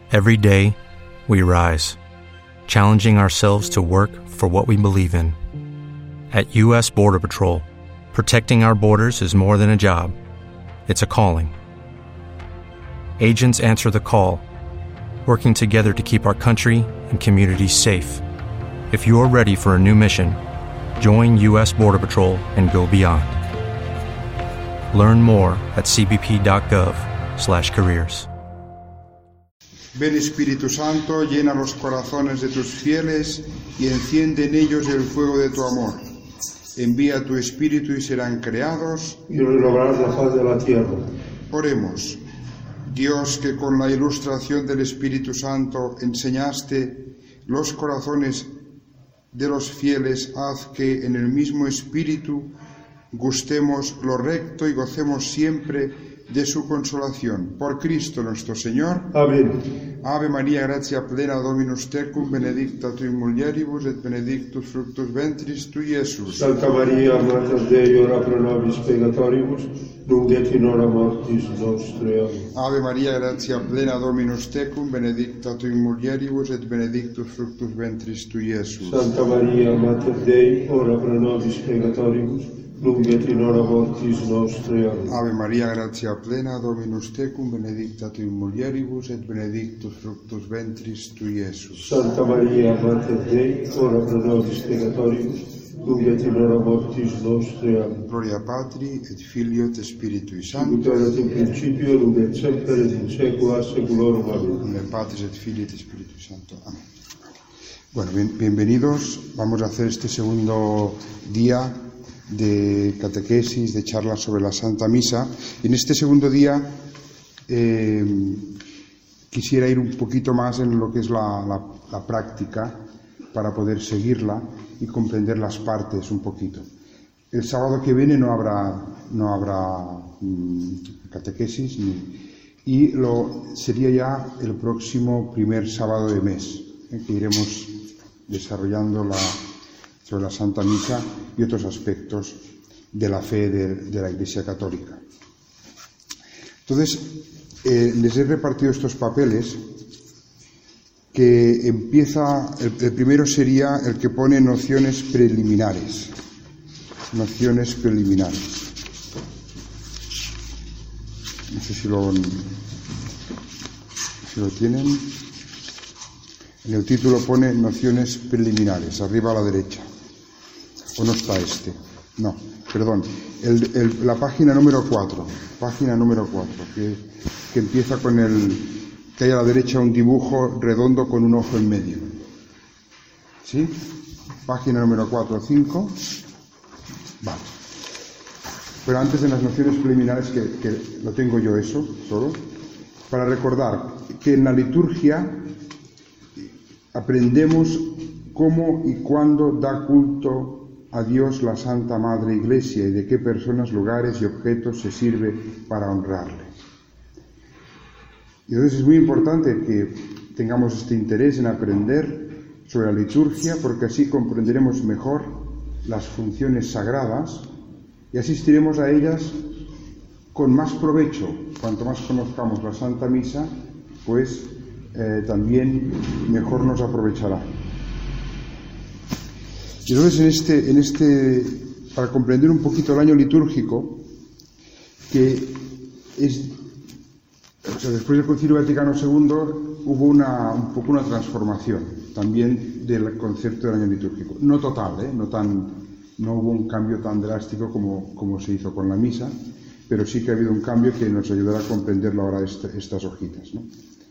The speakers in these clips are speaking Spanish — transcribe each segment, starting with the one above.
Every day, we rise, challenging ourselves to work for what we believe in. At U.S. Border Patrol, protecting our borders is more than a job. It's a calling. Agents answer the call, working together to keep our country and communities safe. If you're ready for a new mission, join U.S. Border Patrol and go beyond. Learn more at cbp.gov/careers. Ven Espíritu Santo, llena los corazones de tus fieles y enciende en ellos el fuego de tu amor. Envía tu Espíritu y serán creados y renovarás la faz de la tierra. Oremos. Dios, que con la ilustración del Espíritu Santo enseñaste los corazones de los fieles, haz que en el mismo Espíritu gustemos lo recto y gocemos siempre de su consolación. Por Cristo nuestro Señor. Amén. Ave María, gratia plena, Dominus tecum, benedicta tu in mulieribus, et benedictus fructus ventris tui, Iesus. Santa Maria, Mater Dei, ora pro nobis peccatoribus, nunc et in hora mortis nostre. Amen. Ave María, gratia plena, Dominus tecum, benedicta tu in mulieribus, et benedictus fructus ventris tui, Iesus. Santa Maria, Mater Dei, ora pro nobis peccatoribus, nunc et in hora mortis nostre. Amen. Ave María, gratia plena, Dominus tecum, benedicta tu in mulieribus, et benedictus fructus ventris tui, Iesus. Santa Maria, Mater Dei, ora pro nobis peccatoribus, nunc et in hora mortis nostre. Amen. Gloria Patri, et Filio, et Spiritui Sicut Sancto. erat in principio, nunc et semper, et in saecula saeculorum. Amen. En el Patris et Filii et Spiritus Santo. Amén. Bueno, bienvenidos. Vamos a hacer este segundo día de catequesis, de charlas sobre la Santa Misa. Y en este segundo día quisiera ir un poquito más en lo que es la práctica para poder seguirla y comprender las partes un poquito. El sábado que viene no habrá catequesis y sería ya el próximo primer sábado de mes, que iremos desarrollando sobre la Santa Misa y otros aspectos de la fe de la Iglesia Católica. Entonces, les he repartido estos papeles que empieza, el primero sería el que pone nociones preliminares. Nociones preliminares. No sé si lo tienen. En el título pone nociones preliminares, arriba a la derecha. ¿O no está este? No, perdón. La página número 4. Página número 4, que empieza con que hay a la derecha un dibujo redondo con un ojo en medio. ¿Sí? Página número 4 o 5. Vale. Pero antes de las nociones preliminares, que lo tengo yo eso, solo, para recordar que en la liturgia aprendemos cómo y cuándo da culto a Dios la Santa Madre Iglesia y de qué personas, lugares y objetos se sirve para honrarle. Y entonces es muy importante que tengamos este interés en aprender sobre la liturgia, porque así comprenderemos mejor las funciones sagradas y asistiremos a ellas con más provecho. Cuanto más conozcamos la Santa Misa, pues también mejor nos aprovechará. Y entonces para comprender un poquito el año litúrgico, que después del Concilio Vaticano II hubo un poco una transformación también del concepto del año litúrgico. No total, no hubo un cambio tan drástico como se hizo con la misa, pero sí que ha habido un cambio que nos ayudará a comprenderlo ahora estas hojitas, ¿no?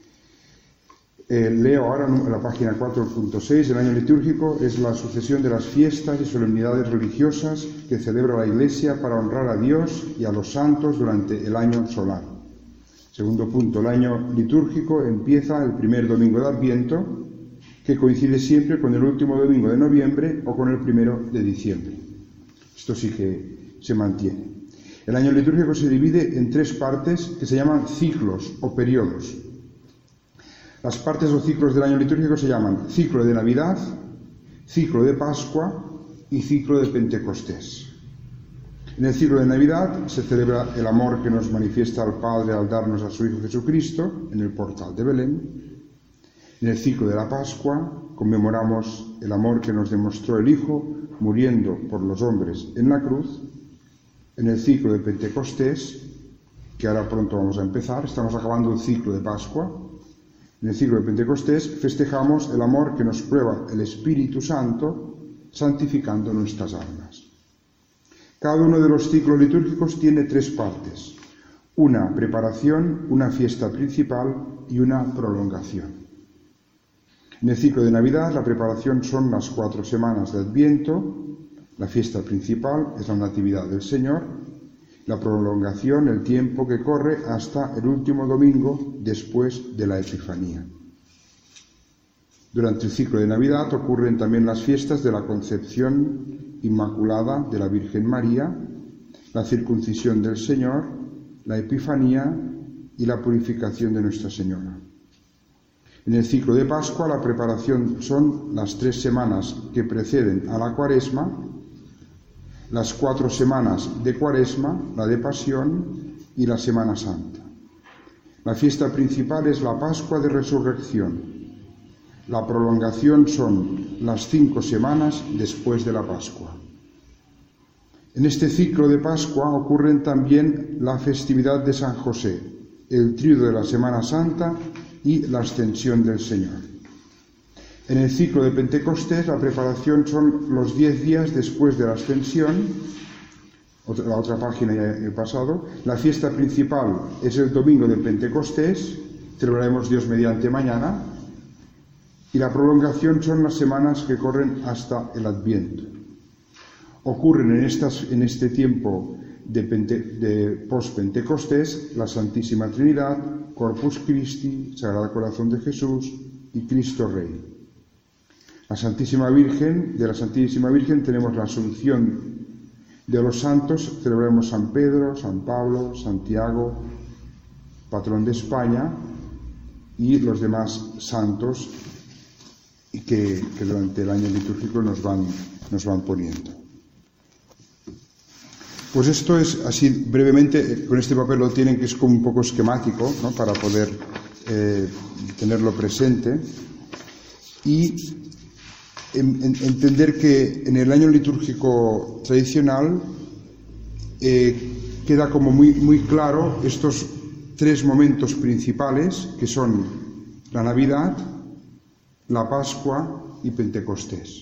Leo ahora en la página 4.6. El año litúrgico es la sucesión de las fiestas y solemnidades religiosas que celebra la Iglesia para honrar a Dios y a los santos durante el año solar. Segundo punto, el año litúrgico empieza el primer domingo de Adviento, que coincide siempre con el último domingo de noviembre o con el primero de diciembre. Esto sí que se mantiene. El año litúrgico se divide en 3 partes que se llaman ciclos o periodos. Las partes o ciclos del año litúrgico se llaman ciclo de Navidad, ciclo de Pascua y ciclo de Pentecostés. En el ciclo de Navidad se celebra el amor que nos manifiesta el Padre al darnos a su Hijo Jesucristo en el portal de Belén. En el ciclo de la Pascua conmemoramos el amor que nos demostró el Hijo muriendo por los hombres en la cruz. En el ciclo de Pentecostés, que ahora pronto vamos a empezar, estamos acabando el ciclo de Pascua. En el ciclo de Pentecostés festejamos el amor que nos prueba el Espíritu Santo, santificando nuestras almas. Cada uno de los ciclos litúrgicos tiene 3 partes: una preparación, una fiesta principal y una prolongación. En el ciclo de Navidad, la preparación son las 4 semanas de Adviento, la fiesta principal es la Natividad del Señor, la prolongación, el tiempo que corre hasta el último domingo después de la Epifanía. Durante el ciclo de Navidad ocurren también las fiestas de la Concepción Inmaculada de la Virgen María, la circuncisión del Señor, la Epifanía y la purificación de Nuestra Señora. En el ciclo de Pascua la preparación son las 3 semanas que preceden a la Cuaresma, las 4 semanas de Cuaresma, la de Pasión y la Semana Santa. La fiesta principal es la Pascua de Resurrección. La prolongación son las 5 semanas después de la Pascua. En este ciclo de Pascua ocurren también la festividad de San José, el tríodo de la Semana Santa y la Ascensión del Señor. En el ciclo de Pentecostés la preparación son los 10 días después de la Ascensión, la otra página ya he pasado. La fiesta principal es el domingo de Pentecostés, celebraremos Dios mediante mañana, y la prolongación son las semanas que corren hasta el Adviento. Ocurren en este tiempo de post-Pentecostés la Santísima Trinidad, Corpus Christi, Sagrado Corazón de Jesús y Cristo Rey. De la Santísima Virgen tenemos la Asunción de los santos, celebramos San Pedro, San Pablo, Santiago, patrón de España, y los demás santos que durante el año litúrgico nos van poniendo. Pues esto es así brevemente, con este papel lo tienen, que es como un poco esquemático, ¿no?, para poder tenerlo presente y entender que en el año litúrgico tradicional queda como muy claro estos 3 momentos principales, que son la Navidad, la Pascua y Pentecostés.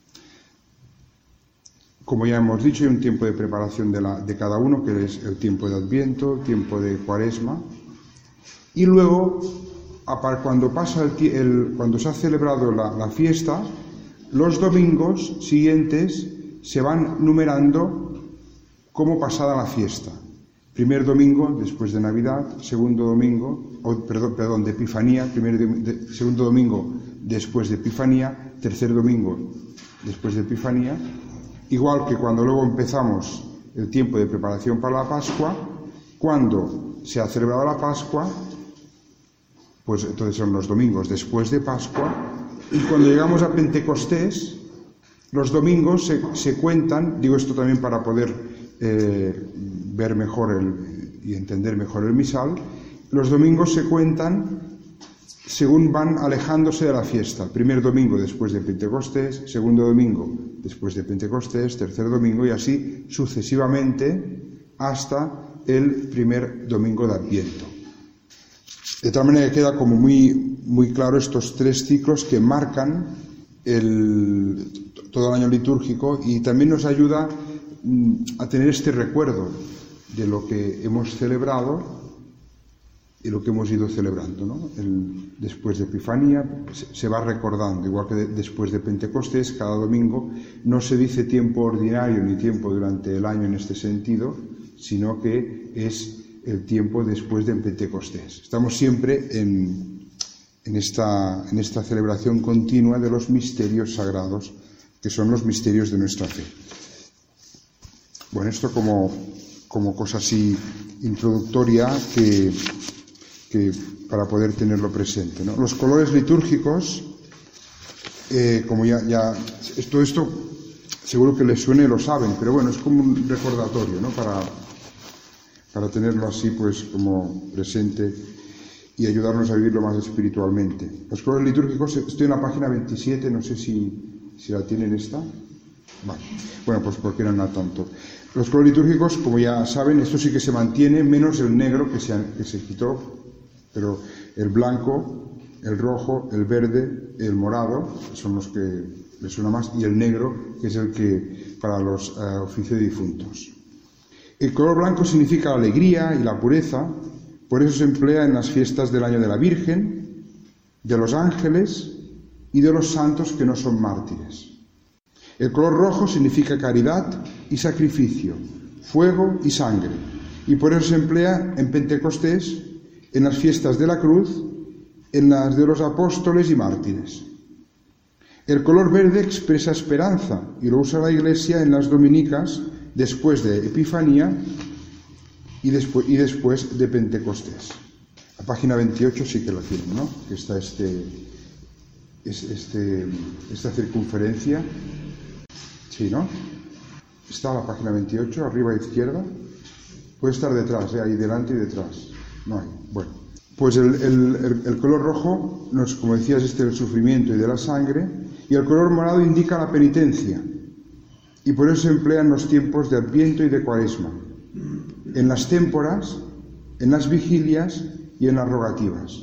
Como ya hemos dicho, hay un tiempo de preparación de cada uno, que es el tiempo de Adviento, el tiempo de Cuaresma, y luego, cuando se ha celebrado la fiesta, los domingos siguientes se van numerando como pasada la fiesta. Primer domingo después de Navidad, segundo domingo, de Epifanía, segundo domingo después de Epifanía, tercer domingo después de Epifanía. Igual que cuando luego empezamos el tiempo de preparación para la Pascua, cuando se ha celebrado la Pascua, pues entonces son los domingos después de Pascua, y cuando llegamos a Pentecostés, los domingos se cuentan, digo esto también para poder ver mejor y entender mejor el misal, los domingos se cuentan según van alejándose de la fiesta. Primer domingo después de Pentecostés, segundo domingo después de Pentecostés, tercer domingo, y así sucesivamente hasta el primer domingo de Adviento. De tal manera que queda como muy claro estos 3 ciclos que marcan todo el año litúrgico, y también nos ayuda a tener este recuerdo de lo que hemos celebrado y lo que hemos ido celebrando, ¿no? Después de Epifanía se va recordando, igual que después de Pentecostés, cada domingo no se dice tiempo ordinario ni tiempo durante el año en este sentido, sino que es el tiempo después de Pentecostés. Estamos siempre en esta celebración continua de los misterios sagrados, que son los misterios de nuestra fe. Bueno, esto como cosa así introductoria que para poder tenerlo presente, ¿no? Los colores litúrgicos, como ya todo esto seguro que les suene y lo saben, pero bueno, es como un recordatorio, ¿no? Para tenerlo así, pues, como presente. y ayudarnos a vivirlo más espiritualmente. Los colores litúrgicos, estoy en la página 27, no sé si la tienen esta. Vale. Bueno, pues porque no nada tanto. Los colores litúrgicos, como ya saben, esto sí que se mantiene, menos el negro que se quitó, pero el blanco, el rojo, el verde, el morado, son los que les suena más, y el negro, que es el que para los oficios de difuntos. El color blanco significa la alegría y la pureza, por eso se emplea en las fiestas del año de la Virgen, de los ángeles y de los santos que no son mártires. El color rojo significa caridad y sacrificio, fuego y sangre, y por eso se emplea en Pentecostés, en las fiestas de la cruz, en las de los apóstoles y mártires. El color verde expresa esperanza y lo usa la Iglesia en las dominicas después de Epifanía y después de Pentecostés. La página 28 sí que la tienen, ¿no? Que está esta circunferencia. Sí, ¿no? Está la página 28, arriba a izquierda. Puede estar detrás, ahí delante y detrás. No hay. Bueno, pues el color rojo, como decías, es del sufrimiento y de la sangre, y el color morado indica la penitencia, y por eso se emplea en los tiempos de Adviento y de Cuaresma, en las témporas, en las vigilias y en las rogativas.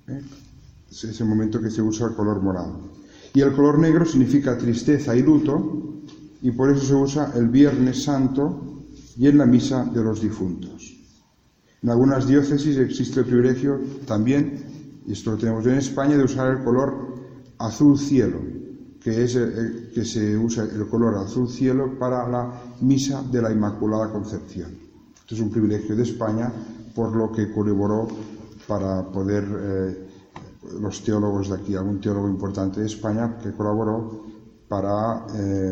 Es ese momento que se usa el color morado. Y el color negro significa tristeza y luto, y por eso se usa el Viernes Santo y en la misa de los difuntos. En algunas diócesis existe el privilegio también, y esto lo tenemos en España, de usar el color azul cielo, que es que se usa el color azul cielo para la misa de la Inmaculada Concepción. Esto es un privilegio de España, por lo que colaboró para poder, los teólogos de aquí, algún teólogo importante de España que colaboró para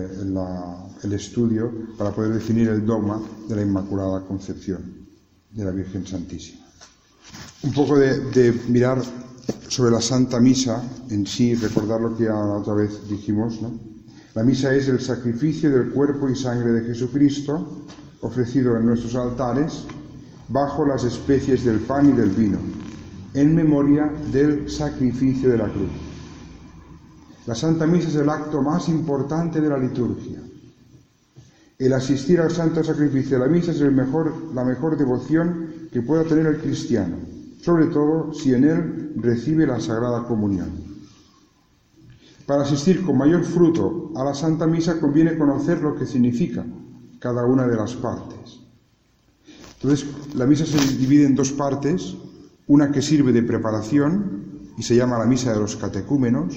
el estudio, para poder definir el dogma de la Inmaculada Concepción de la Virgen Santísima. Un poco de mirar sobre la Santa Misa en sí, recordar lo que ya la otra vez dijimos, ¿no? La misa es el sacrificio del cuerpo y sangre de Jesucristo ofrecido en nuestros altares bajo las especies del pan y del vino, en memoria del sacrificio de la cruz. La Santa Misa es el acto más importante de la liturgia. El asistir al santo sacrificio de la misa es la mejor devoción que pueda tener el cristiano, sobre todo si en él recibe la Sagrada Comunión. Para asistir con mayor fruto a la Santa Misa conviene conocer lo que significa cada una de las partes. Entonces, la misa se divide en dos partes, una que sirve de preparación y se llama la misa de los catecúmenos,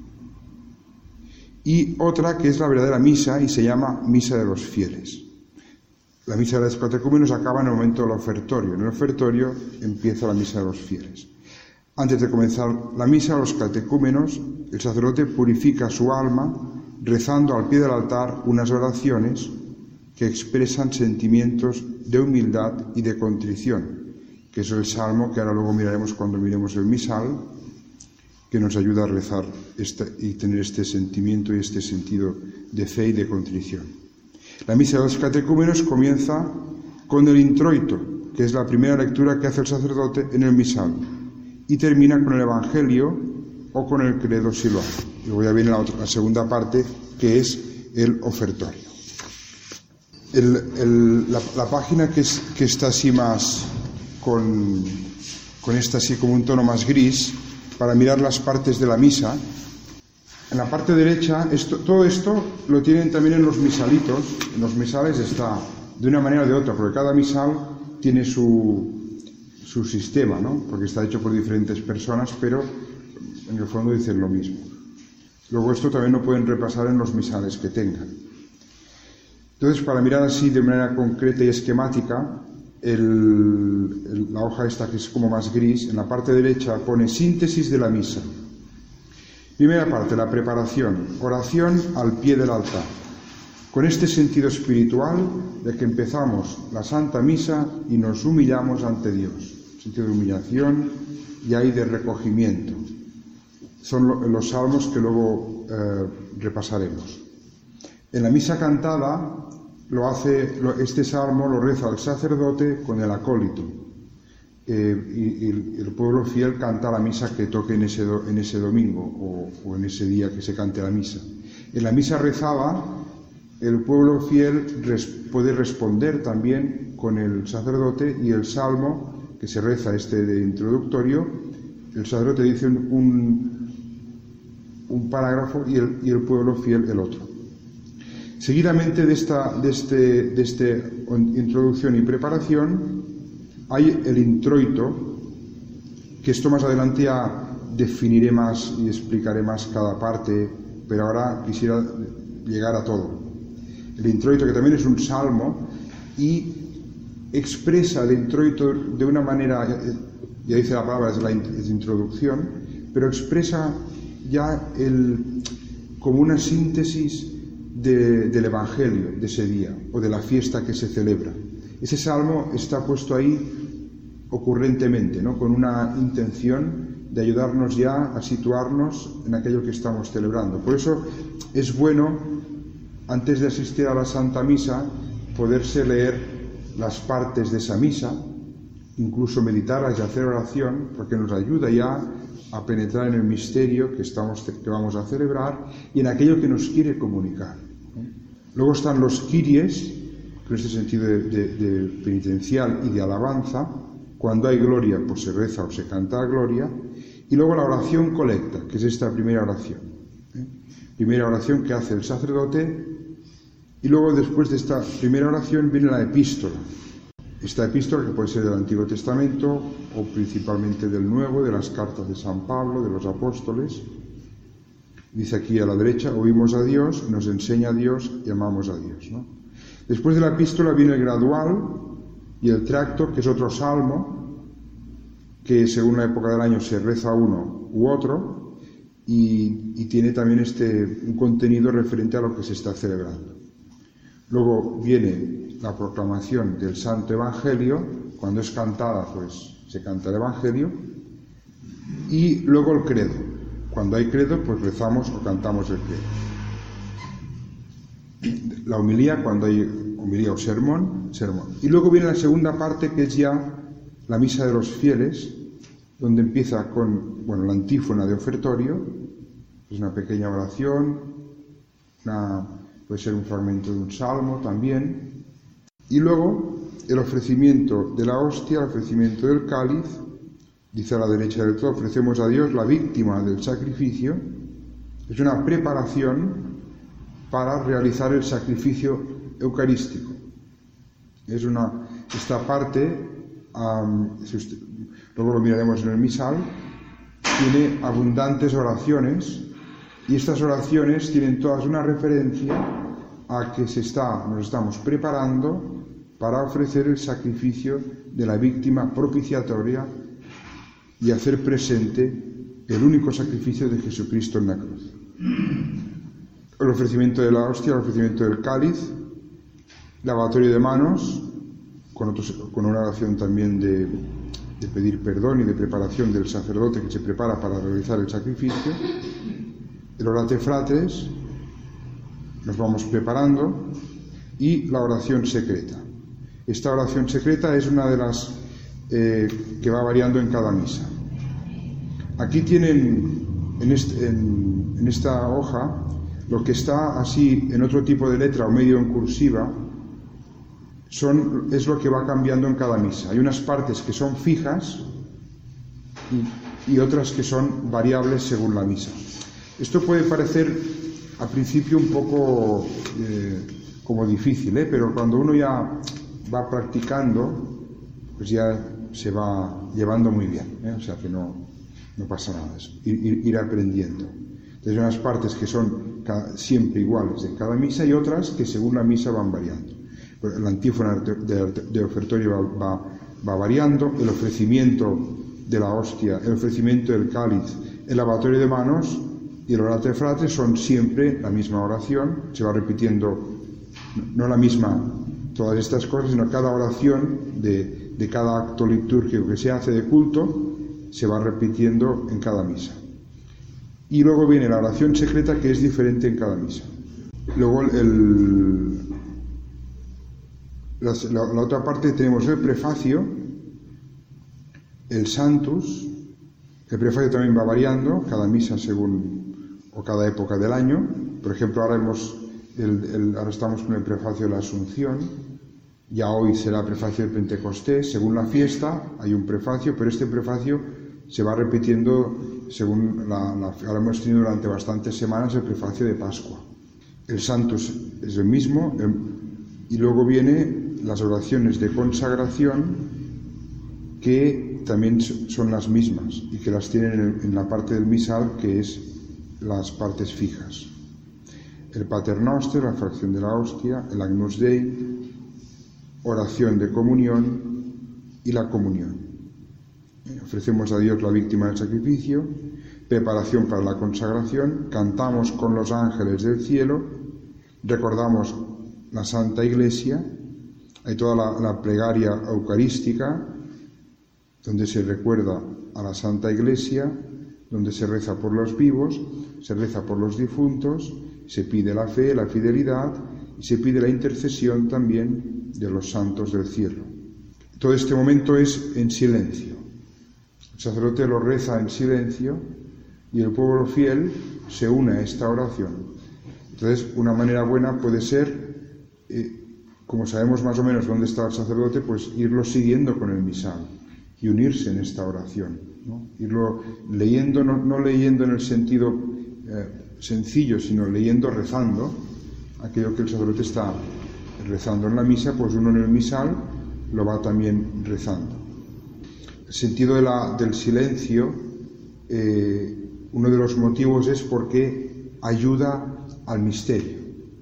y otra que es la verdadera misa y se llama misa de los fieles. La misa de los catecúmenos acaba en el momento del ofertorio. En el ofertorio empieza la misa de los fieles. Antes de comenzar la misa, los catecúmenos, el sacerdote purifica su alma rezando al pie del altar unas oraciones que expresan sentimientos de humildad y de contrición, que es el salmo que ahora luego miraremos cuando miremos el misal, que nos ayuda a rezar y tener este sentimiento y este sentido de fe y de contrición. La misa de los catecúmenos comienza con el introito, que es la primera lectura que hace el sacerdote en el misal, y termina con el Evangelio o con el credo siloam. Y luego ya viene la segunda parte, que es el ofertorio. La página que está así más con esta así como un tono más gris, para mirar las partes de la misa. En la parte derecha, todo esto lo tienen también en los misalitos. En los misales está de una manera o de otra, porque cada misal tiene su sistema, ¿no? Porque está hecho por diferentes personas, pero en el fondo dicen lo mismo. Luego esto también lo pueden repasar en los misales que tengan. Entonces, para mirar así de manera concreta y esquemática, la hoja esta que es como más gris, en la parte derecha pone síntesis de la misa. Primera parte, la preparación, oración al pie del altar. Con este sentido espiritual de que empezamos la Santa Misa y nos humillamos ante Dios. Sentido de humillación y ahí de recogimiento. Son los salmos que luego repasaremos. En la misa cantada este salmo lo reza el sacerdote con el acólito. y el pueblo fiel canta la misa que toque en ese domingo o en ese día que se cante la misa. En la misa rezada, el pueblo fiel puede responder también con el sacerdote, y el salmo que se reza, de introductorio, el sacerdote dice un parágrafo y el pueblo fiel el otro. Seguidamente de esta introducción y preparación hay el introito, que esto más adelante ya definiré más y explicaré más cada parte, pero ahora quisiera llegar a todo. El introito, que también es un salmo, y expresa el introito de una manera, ya dice la palabra, es introducción, pero expresa ya como una síntesis del Evangelio de ese día o de la fiesta que se celebra. Ese salmo está puesto ahí ocurrentemente, ¿no?, con una intención de ayudarnos ya a situarnos en aquello que estamos celebrando. Por eso es bueno, antes de asistir a la Santa Misa, poderse leer las partes de esa misa, incluso meditarlas y hacer oración, porque nos ayuda ya a penetrar en el misterio que vamos a celebrar y en aquello que nos quiere comunicar. Luego están los Kyries, en este sentido de penitencial y de alabanza. Cuando hay gloria, pues se reza o se canta gloria. Y luego la oración colecta, que es esta primera oración. Primera oración que hace el sacerdote. Y luego, después de esta primera oración, viene la epístola. Esta epístola, que puede ser del Antiguo Testamento o principalmente del Nuevo, de las cartas de San Pablo, de los apóstoles. Dice aquí a la derecha: oímos a Dios, nos enseña a Dios y amamos a Dios, ¿no? Después de la epístola viene el gradual y el tracto, que es otro salmo, que según la época del año se reza uno u otro, y tiene también un contenido referente a lo que se está celebrando. Luego viene la proclamación del Santo Evangelio. Cuando es cantada, pues se canta el Evangelio. Y luego el credo. Cuando hay credo, pues rezamos o cantamos el credo. La homilía, cuando hay homilía o sermón. Y luego viene la segunda parte, que es ya la misa de los fieles, donde empieza con, la antífona de ofertorio. Es una pequeña oración, puede ser un fragmento de un salmo también. Y luego el ofrecimiento de la hostia, el ofrecimiento del cáliz. Dice a la derecha del todo: ofrecemos a Dios la víctima del sacrificio. Es una preparación para realizar el sacrificio eucarístico. Esta parte, luego lo miraremos en el misal, tiene abundantes oraciones, y estas oraciones tienen todas una referencia a que nos estamos preparando para ofrecer el sacrificio de la víctima propiciatoria y hacer presente el único sacrificio de Jesucristo en la cruz. El ofrecimiento de la hostia, el ofrecimiento del cáliz, lavatorio de manos, con una oración también de pedir perdón y de preparación del sacerdote que se prepara para realizar el sacrificio, el orate fratres, nos vamos preparando, y la oración secreta. Esta oración secreta es una de las que va variando en cada misa. Aquí tienen en esta hoja lo que está así en otro tipo de letra o medio en cursiva. Es lo que va cambiando en cada misa. Hay unas partes que son fijas y otras que son variables según la misa. Esto puede parecer al principio un poco como difícil, pero cuando uno ya va practicando, pues ya se va llevando muy bien, o sea que no pasa nada, es ir aprendiendo. Entonces hay unas partes que son siempre iguales en cada misa y otras que según la misa van variando. La antífona de ofertorio va variando, el ofrecimiento de la hostia, el ofrecimiento del cáliz, el lavatorio de manos y el orate fratres son siempre la misma oración. Se va repitiendo, no la misma todas estas cosas, sino cada oración de cada acto litúrgico que se hace de culto se va repitiendo en cada misa. Y luego viene la oración secreta, que es diferente en cada misa. Luego la otra parte tenemos el prefacio, el Sanctus. El prefacio también va variando cada misa o cada época del año. Por ejemplo, ahora estamos con el prefacio de la Asunción. Ya hoy será prefacio de Pentecostés. Según la fiesta hay un prefacio, pero este prefacio se va repitiendo según ahora hemos tenido durante bastantes semanas el prefacio de Pascua. El Sanctus es el mismo, y luego vienen las oraciones de consagración, que también son las mismas y que las tienen en la parte del misal, que es las partes fijas. El Pater Noster, la fracción de la hostia, el Agnus Dei, oración de comunión y la comunión. Ofrecemos a Dios la víctima del sacrificio, preparación para la consagración, cantamos con los ángeles del cielo, recordamos la Santa Iglesia, hay toda la plegaria eucarística, donde se recuerda a la Santa Iglesia, donde se reza por los vivos, se reza por los difuntos, se pide la fe, la fidelidad, y se pide la intercesión también de los santos del cielo. Todo este momento es en silencio. El sacerdote lo reza en silencio y el pueblo fiel se une a esta oración. Entonces, una manera buena puede ser, como sabemos más o menos dónde está el sacerdote, pues irlo siguiendo con el misal y unirse en esta oración, ¿no? Irlo leyendo, no leyendo en el sentido sencillo, sino leyendo, rezando aquello que el sacerdote está rezando en la misa, pues uno en el misal lo va también rezando. El sentido del silencio, uno de los motivos es porque ayuda al misterio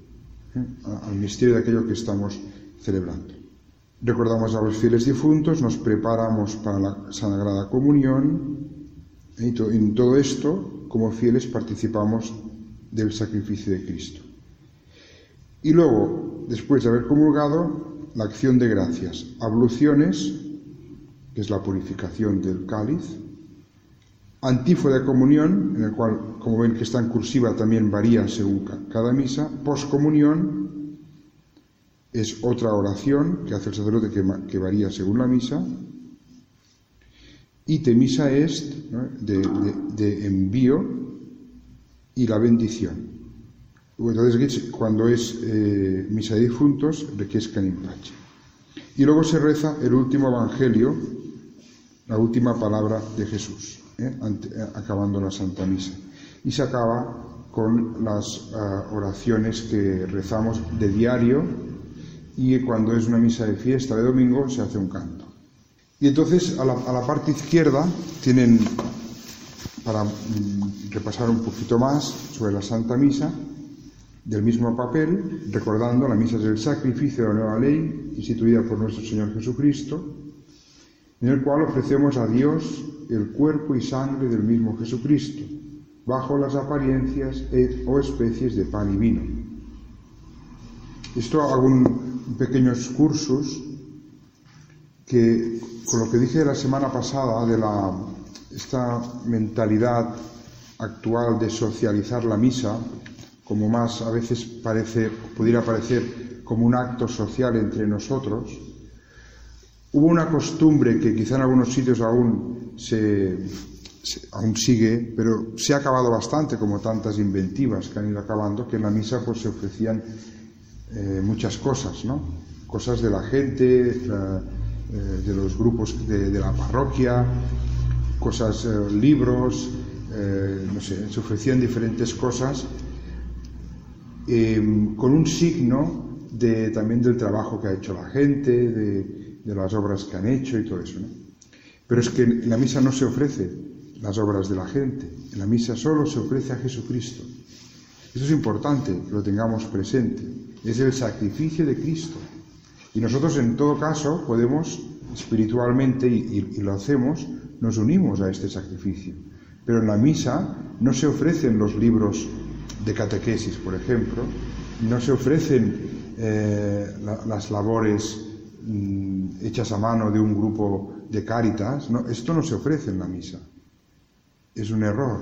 de aquello que estamos celebrando. Recordamos a los fieles difuntos, nos preparamos para la Sagrada Comunión, y en todo esto, como fieles, participamos del sacrificio de Cristo. Y luego, después de haber comulgado, la acción de gracias, abluciones, que es la purificación del cáliz, antífona de comunión, en el cual, como ven que está en cursiva, también varía según cada misa, poscomunión, es otra oración que hace el sacerdote que varía según la misa, y te misa est, ¿no?, de envío, y la bendición. Entonces, cuando es misa de difuntos, requiescat in pace. Y luego se reza el último evangelio, la última palabra de Jesús, acabando la Santa Misa. Y se acaba con las oraciones que rezamos de diario, y cuando es una misa de fiesta de domingo se hace un canto. Y entonces a la parte izquierda tienen, para repasar un poquito más sobre la Santa Misa, del mismo papel, recordando la misa del sacrificio de la nueva ley, instituida por nuestro Señor Jesucristo, en el cual ofrecemos a Dios el cuerpo y sangre del mismo Jesucristo, bajo las apariencias o especies de pan y vino. Esto hago un pequeño excursus que, con lo que dije la semana pasada de esta mentalidad actual de socializar la misa, como más a veces pudiera parecer como un acto social entre nosotros, hubo una costumbre que quizá en algunos sitios aún sigue, pero se ha acabado bastante, como tantas inventivas que han ido acabando, que en la misa pues se ofrecían muchas cosas, ¿no? Cosas de la gente, de los grupos de la parroquia, cosas, libros, no sé, se ofrecían diferentes cosas con un signo también del trabajo que ha hecho la gente, de las obras que han hecho y todo eso, ¿no? Pero es que en la misa no se ofrece las obras de la gente, en la misa solo se ofrece a Jesucristo. Eso es importante que lo tengamos presente, es el sacrificio de Cristo. Y nosotros en todo caso podemos espiritualmente, y lo hacemos, nos unimos a este sacrificio. Pero en la misa no se ofrecen los libros de catequesis, por ejemplo, no se ofrecen las labores hechas a mano de un grupo de Cáritas, no, esto no se ofrece en la misa. Es un error.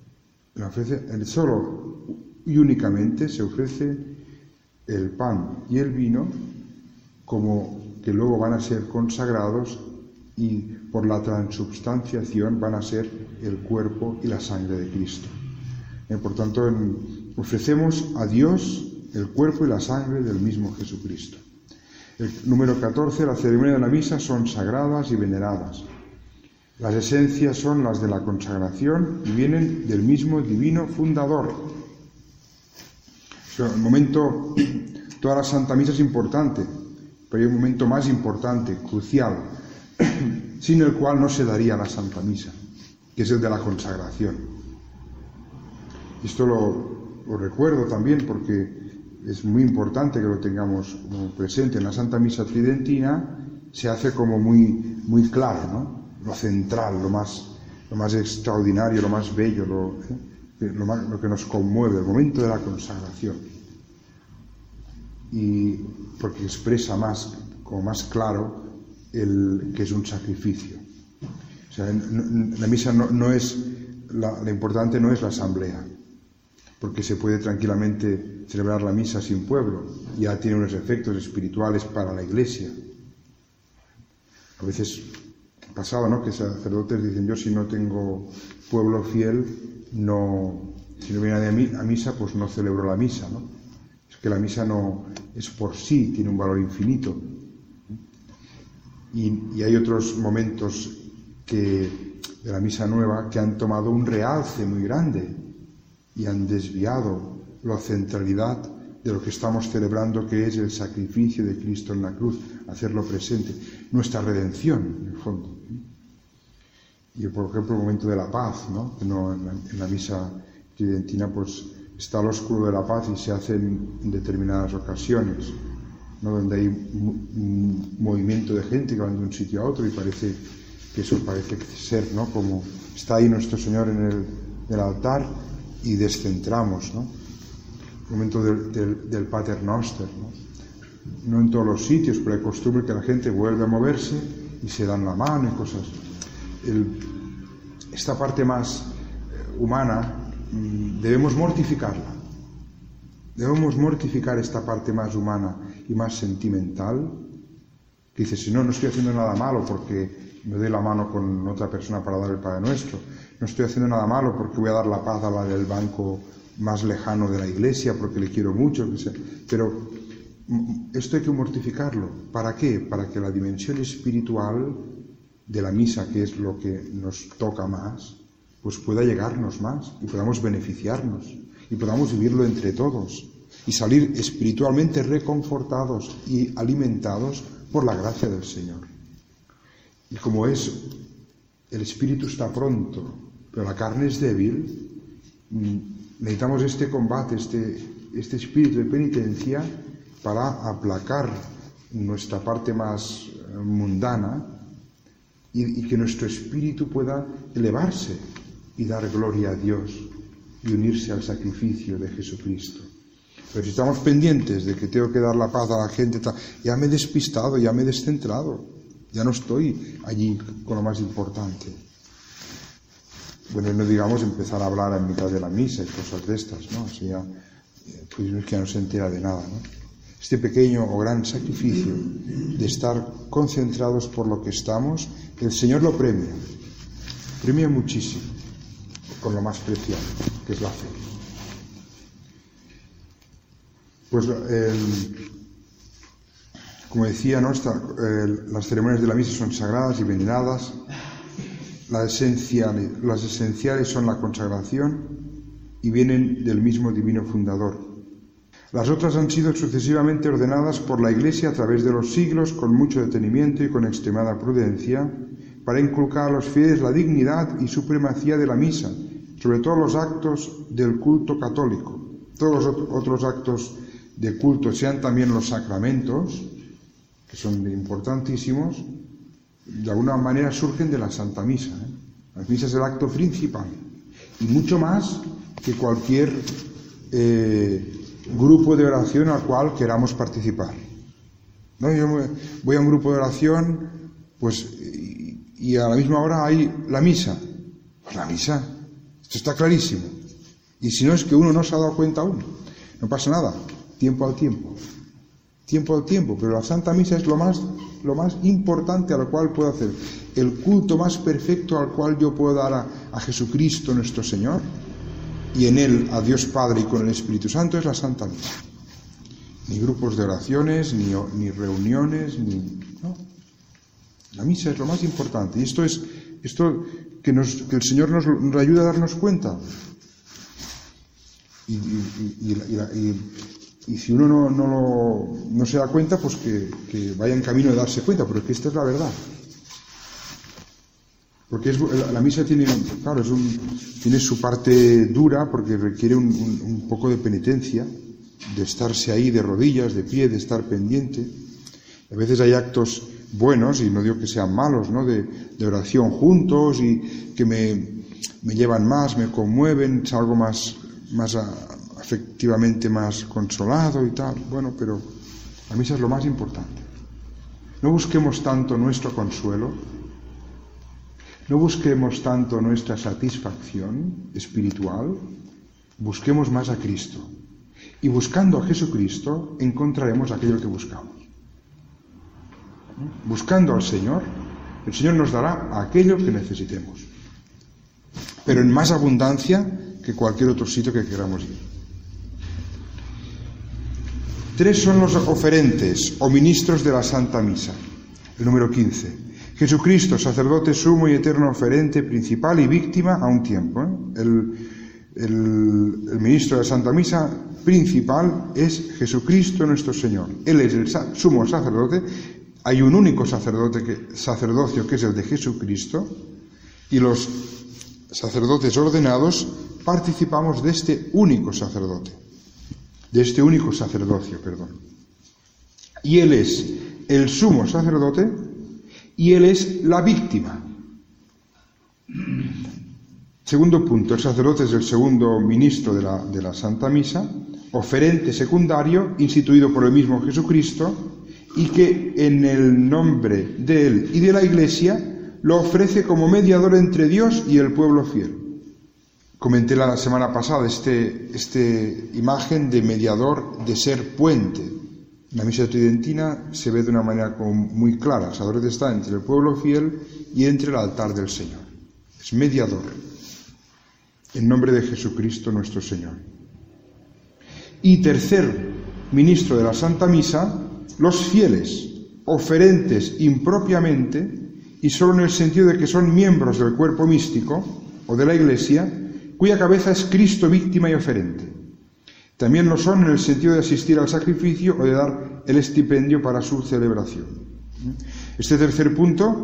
Solo y únicamente se ofrece el pan y el vino como que luego van a ser consagrados y por la transubstanciación van a ser el cuerpo y la sangre de Cristo. Por tanto, ofrecemos a Dios el cuerpo y la sangre del mismo Jesucristo. El número 14, la ceremonia de la misa son sagradas y veneradas. Las esencias son las de la consagración y vienen del mismo divino fundador. El momento, toda la Santa Misa es importante, pero hay un momento más importante, crucial, sin el cual no se daría la Santa Misa, que es el de la consagración. Esto lo recuerdo también porque es muy importante que lo tengamos presente. En la Santa Misa Tridentina se hace como muy claro, ¿no? Lo central, lo más extraordinario, lo más bello, lo que nos conmueve, el momento de la consagración. Y porque expresa como más claro que es un sacrificio. O sea, la misa no es, lo importante no es la asamblea, porque se puede tranquilamente celebrar la misa sin pueblo, ya tiene unos efectos espirituales para la Iglesia. A veces ha pasado, ¿no?, que sacerdotes dicen: yo si no tengo pueblo fiel, si no viene nadie a misa, pues no celebro la misa, ¿no? Es que la misa no es por sí, tiene un valor infinito. Y hay otros momentos de la misa nueva que han tomado un realce muy grande y han desviado la centralidad de lo que estamos celebrando, que es el sacrificio de Cristo en la cruz, hacerlo presente, nuestra redención, en el fondo. Y, por ejemplo, el momento de la paz, ¿no? En la misa tridentina, pues está el ósculo de la paz y se hace en determinadas ocasiones, ¿no?, donde hay un movimiento de gente que van de un sitio a otro y parece que eso parece ser, ¿no?, como está ahí nuestro Señor en el altar y descentramos, ¿no? El momento del Pater Noster, ¿no? No en todos los sitios, pero hay costumbre que la gente vuelve a moverse y se dan la mano y cosas. Esta parte más humana debemos mortificarla. Debemos mortificar esta parte más humana y más sentimental, que dice: si no estoy haciendo nada malo porque me doy la mano con otra persona para dar el Padre Nuestro, no estoy haciendo nada malo porque voy a dar la paz a la del banco más lejano de la Iglesia porque le quiero mucho, pero esto hay que mortificarlo. ¿Para qué? Para que la dimensión espiritual de la misa, que es lo que nos toca más, pues pueda llegarnos más y podamos beneficiarnos y podamos vivirlo entre todos y salir espiritualmente reconfortados y alimentados por la gracia del Señor. Y como el espíritu está pronto, pero la carne es débil, necesitamos este combate, este espíritu de penitencia para aplacar nuestra parte más mundana y que nuestro espíritu pueda elevarse y dar gloria a Dios y unirse al sacrificio de Jesucristo. Pero si estamos pendientes de que tengo que dar la paz a la gente, ya me he despistado, ya me he descentrado, ya no estoy allí con lo más importante. Bueno, no digamos empezar a hablar en mitad de la misa y cosas de estas, ¿no? O sea, pues que no se entera de nada, ¿no? Este pequeño o gran sacrificio de estar concentrados por lo que estamos, el Señor lo premia muchísimo, con lo más preciado, que es la fe. Pues, como decía, ¿no?, las ceremonias de la misa son sagradas y veneradas. Las esenciales son la consagración y vienen del mismo divino fundador. Las otras han sido sucesivamente ordenadas por la Iglesia a través de los siglos con mucho detenimiento y con extremada prudencia para inculcar a los fieles la dignidad y supremacía de la misa, sobre todos los actos del culto católico. Todos los otros actos de culto, sean también los sacramentos, que son importantísimos, de alguna manera surgen de la Santa Misa. La misa es el acto principal y mucho más que cualquier grupo de oración al cual queramos participar. ¿No? Yo voy a un grupo de oración, pues, y a la misma hora hay la misa. Pues la misa, esto está clarísimo. Y si no, es que uno no se ha dado cuenta aún. No pasa nada, tiempo al tiempo. Tiempo al tiempo, pero la Santa Misa es lo más importante a lo cual puedo hacer. el culto más perfecto al cual yo puedo dar a Jesucristo nuestro Señor y en Él a Dios Padre y con el Espíritu Santo es la Santa Misa. Ni grupos de oraciones, ni reuniones, no. La misa es lo más importante y esto que el Señor nos ayuda a darnos cuenta. Y si uno no se da cuenta, pues que vaya en camino de darse cuenta, pero que esta es la verdad. Porque la misa tiene su parte dura, porque requiere un poco de penitencia, de estarse ahí de rodillas, de pie, de estar pendiente. A veces hay actos buenos, y no digo que sean malos, ¿no? De oración juntos y que me llevan más, me conmueven, es algo más afectivamente más consolado y tal. Bueno, pero la misa es lo más importante. No busquemos tanto nuestro consuelo, no busquemos tanto nuestra satisfacción espiritual, busquemos más a Cristo. Y buscando a Jesucristo encontraremos aquello que buscamos. Buscando al Señor, el Señor nos dará aquello que necesitemos, pero en más abundancia que cualquier otro sitio que queramos ir. 3 son los oferentes o ministros de la Santa Misa. El número 15. Jesucristo, sacerdote sumo y eterno oferente, principal y víctima a un tiempo. El ministro de la Santa Misa principal es Jesucristo nuestro Señor. Él es el sumo sacerdote. Hay un único sacerdocio que es el de Jesucristo, y los sacerdotes ordenados participamos de este único sacerdocio, Y Él es el sumo sacerdote y Él es la víctima. Segundo punto, el sacerdote es el segundo ministro de la Santa Misa, oferente secundario, instituido por el mismo Jesucristo, y que en el nombre de Él y de la Iglesia lo ofrece como mediador entre Dios y el pueblo fiel. Comenté la semana pasada esta imagen de mediador, de ser puente. En la misa tridentina se ve de una manera como muy clara. El sacerdote está entre el pueblo fiel y entre el altar del Señor. Es mediador, en nombre de Jesucristo nuestro Señor. Y tercer ministro de la Santa Misa, los fieles, oferentes impropiamente y solo en el sentido de que son miembros del cuerpo místico o de la Iglesia, cuya cabeza es Cristo víctima y oferente. También lo son en el sentido de asistir al sacrificio o de dar el estipendio para su celebración. Este tercer punto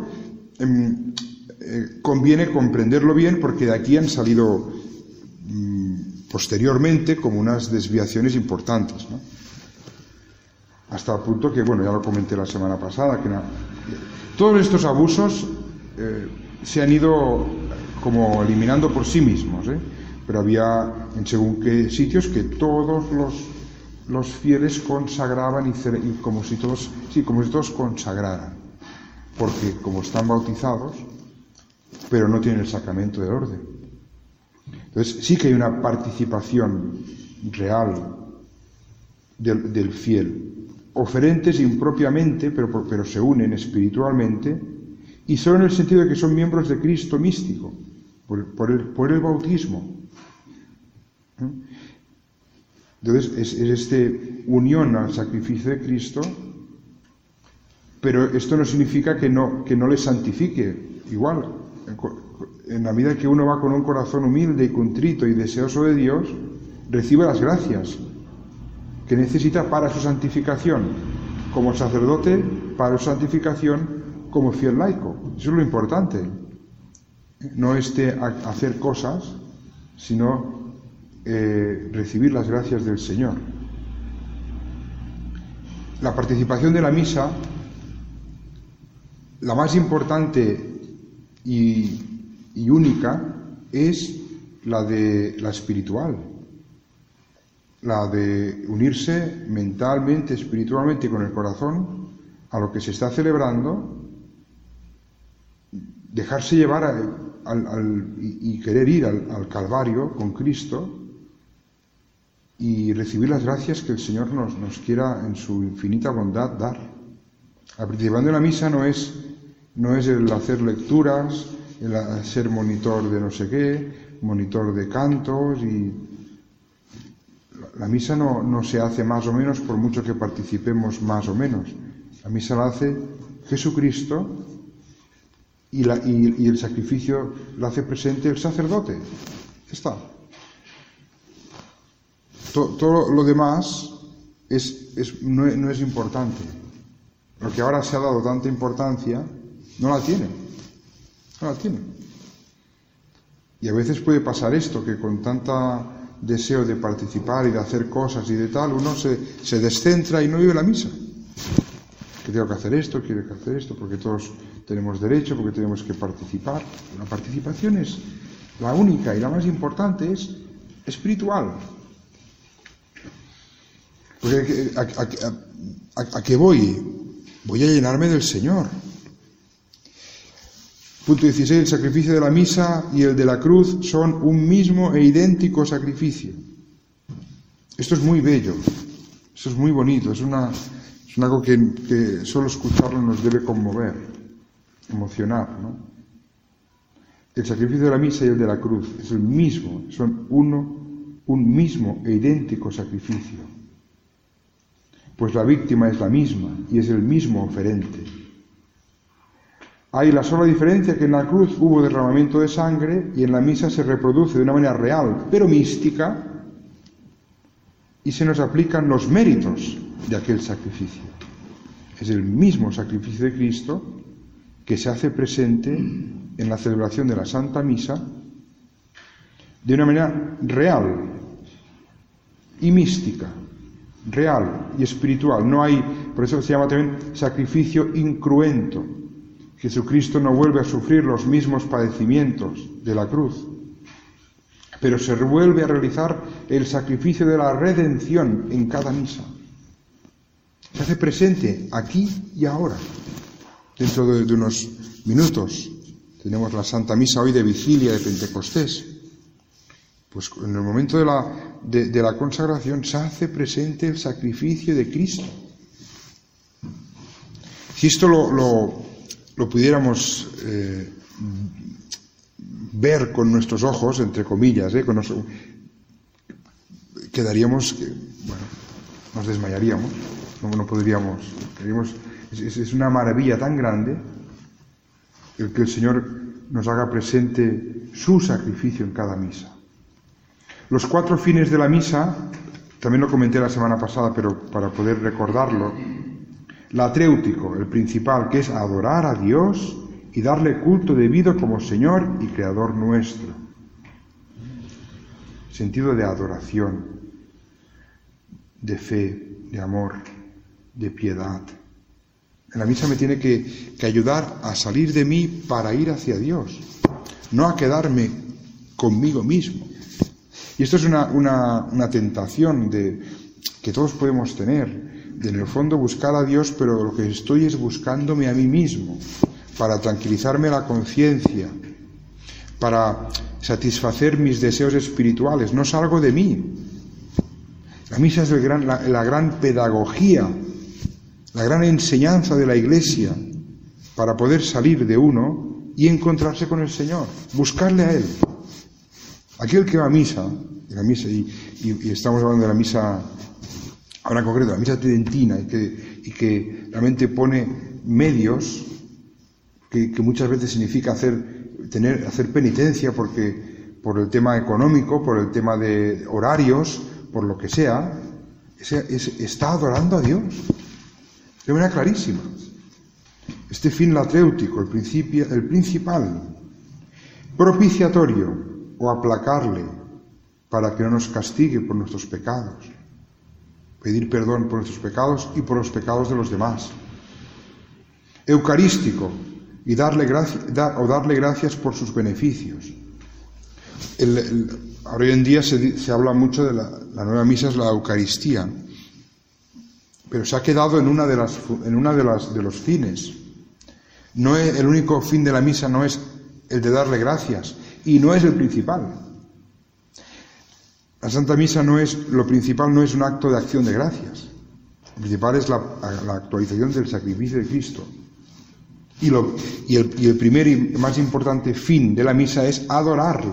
conviene comprenderlo bien, porque de aquí han salido posteriormente como unas desviaciones importantes, ¿no? Hasta el punto que, bueno, ya lo comenté la semana pasada, que todos estos abusos se han ido como eliminando por sí mismos, pero había en según qué sitios que todos los fieles consagraban y como si todos consagraran, porque como están bautizados, pero no tienen el sacramento del orden. Entonces sí que hay una participación real del fiel, oferentes impropiamente, pero se unen espiritualmente, y solo en el sentido de que son miembros de Cristo místico, por el bautismo. Entonces es esta unión al sacrificio de Cristo, pero esto no significa que no le santifique. Igual, en la medida que uno va con un corazón humilde y contrito y deseoso de Dios, recibe las gracias que necesita para su santificación como sacerdote, para su santificación como fiel laico. Eso es lo importante. No hacer cosas, sino recibir las gracias del Señor. La participación de la misa, la más importante y única, es la espiritual, la de unirse mentalmente, espiritualmente, con el corazón a lo que se está celebrando, dejarse llevar y querer ir al Calvario con Cristo y recibir las gracias que el Señor nos quiera en su infinita bondad dar. La participación de la misa no es no es el hacer lecturas, el ser monitor de no sé qué, monitor de cantos, y la misa no se hace más o menos por mucho que participemos más o menos. La misa la hace Jesucristo y el sacrificio lo hace presente el sacerdote. Ya está. Todo lo demás no es importante. Lo que ahora se ha dado tanta importancia no la tiene. No la tiene. Y a veces puede pasar esto, que con tanta deseo de participar y de hacer cosas y de tal, uno se descentra y no vive la misa. Que tengo que hacer esto, quiero que hacer esto, porque todos tenemos derecho, porque tenemos que participar. La participación es la única y la más importante, es espiritual. Porque ¿a qué voy? Voy a llenarme del Señor. Punto 16. El sacrificio de la misa y el de la cruz son un mismo e idéntico sacrificio. Esto es muy bello, esto es muy bonito, es algo que solo escucharlo nos debe conmover, emocionar, ¿no? El sacrificio de la misa y el de la cruz es el mismo, son un mismo e idéntico sacrificio. Pues la víctima es la misma y es el mismo oferente. Hay la sola diferencia que en la cruz hubo derramamiento de sangre y en la misa se reproduce de una manera real, pero mística, y se nos aplican los méritos de aquel sacrificio. Es el mismo sacrificio de Cristo que se hace presente en la celebración de la Santa Misa de una manera real y mística, real y espiritual. No hay, por eso se llama también sacrificio incruento. Jesucristo no vuelve a sufrir los mismos padecimientos de la cruz, pero se vuelve a realizar el sacrificio de la redención en cada misa. Se hace presente aquí y ahora. Dentro de unos minutos tenemos la Santa Misa hoy de Vigilia de Pentecostés. Pues en el momento de la consagración se hace presente el sacrificio de Cristo. Si esto lo pudiéramos ver con nuestros ojos, entre comillas, quedaríamos, nos desmayaríamos, no podríamos, es una maravilla tan grande el que el Señor nos haga presente su sacrificio en cada misa. Los 4 fines de la misa, también lo comenté la semana pasada, pero para poder recordarlo: l'atréutico, el principal, que es adorar a Dios y darle culto debido como Señor y Creador nuestro. Sentido de adoración, de fe, de amor, de piedad. En la misa me tiene que ayudar a salir de mí para ir hacia Dios, no a quedarme conmigo mismo. Y esto es una tentación que todos podemos tener, de en el fondo buscar a Dios, pero lo que estoy es buscándome a mí mismo, para tranquilizarme la conciencia, para satisfacer mis deseos espirituales. No salgo de mí. La misa es la gran pedagogía, la gran enseñanza de la Iglesia para poder salir de uno y encontrarse con el Señor, buscarle a Él. Aquel que va a misa, y estamos hablando de la misa, ahora en concreto, la misa tridentina, y que realmente pone medios que muchas veces significa hacer penitencia por el tema económico, por el tema de horarios, por lo que sea, está adorando a Dios de manera clarísima. Este fin latréutico, el principal, propiciatorio, o aplacarle para que no nos castigue por nuestros pecados, pedir perdón por nuestros pecados y por los pecados de los demás. Eucarístico, y darle gracias por sus beneficios. Ahora hoy en día se habla mucho de la nueva misa, es la Eucaristía, pero se ha quedado en una de los fines. No es, el único fin de la misa no es el de darle gracias, y no es el principal. La Santa Misa lo principal no es un acto de acción de gracias. Lo principal es la actualización del sacrificio de Cristo. Y el primer y más importante fin de la misa es adorarle.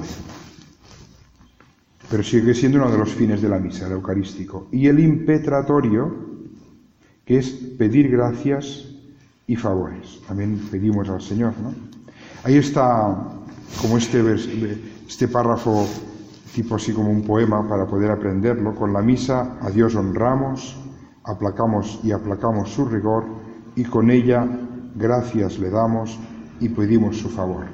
Pero sigue siendo uno de los fines de la misa, el eucarístico. Y el impetratorio, que es pedir gracias y favores. También pedimos al Señor, ¿no? Ahí está como este párrafo tipo así como un poema para poder aprenderlo. Con la misa a Dios honramos, aplacamos su rigor, y con ella gracias le damos y pedimos su favor.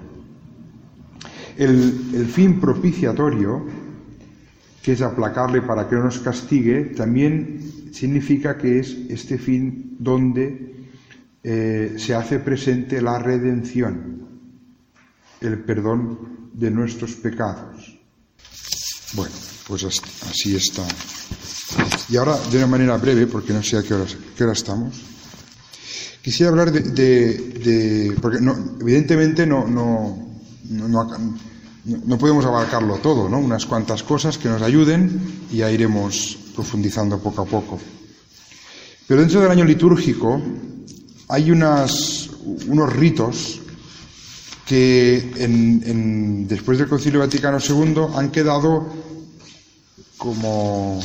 El fin propiciatorio, que es aplacarle para que no nos castigue, también significa que es este fin donde se hace presente la redención, el perdón de nuestros pecados. Bueno, pues así está. Y ahora, de una manera breve, porque no sé a qué hora estamos, quisiera hablar porque evidentemente no podemos abarcarlo todo, ¿no? Unas cuantas cosas que nos ayuden y ya iremos profundizando poco a poco. Pero dentro del año litúrgico hay unos ritos que después del Concilio Vaticano II han quedado como...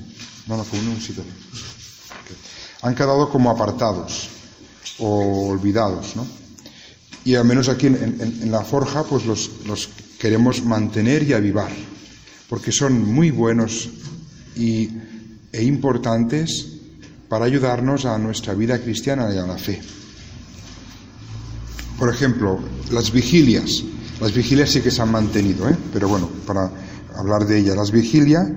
han quedado como apartados o olvidados, ¿no? Y al menos aquí en la Forja pues los queremos mantener y avivar, porque son muy buenos e importantes para ayudarnos a nuestra vida cristiana y a la fe. Por ejemplo, las vigilias sí que se han mantenido, pero bueno, para hablar de ellas, las vigilias,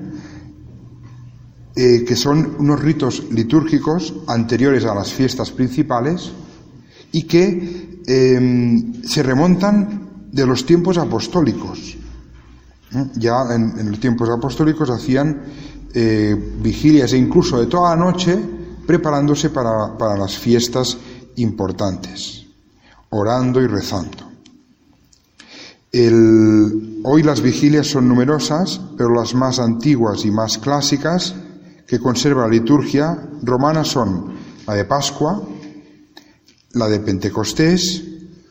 que son unos ritos litúrgicos anteriores a las fiestas principales y que se remontan de los tiempos apostólicos. Ya en los tiempos apostólicos hacían vigilias e incluso de toda la noche preparándose para las fiestas importantes, orando y rezando. Hoy las vigilias son numerosas, pero las más antiguas y más clásicas que conserva la liturgia romana son la de Pascua, la de Pentecostés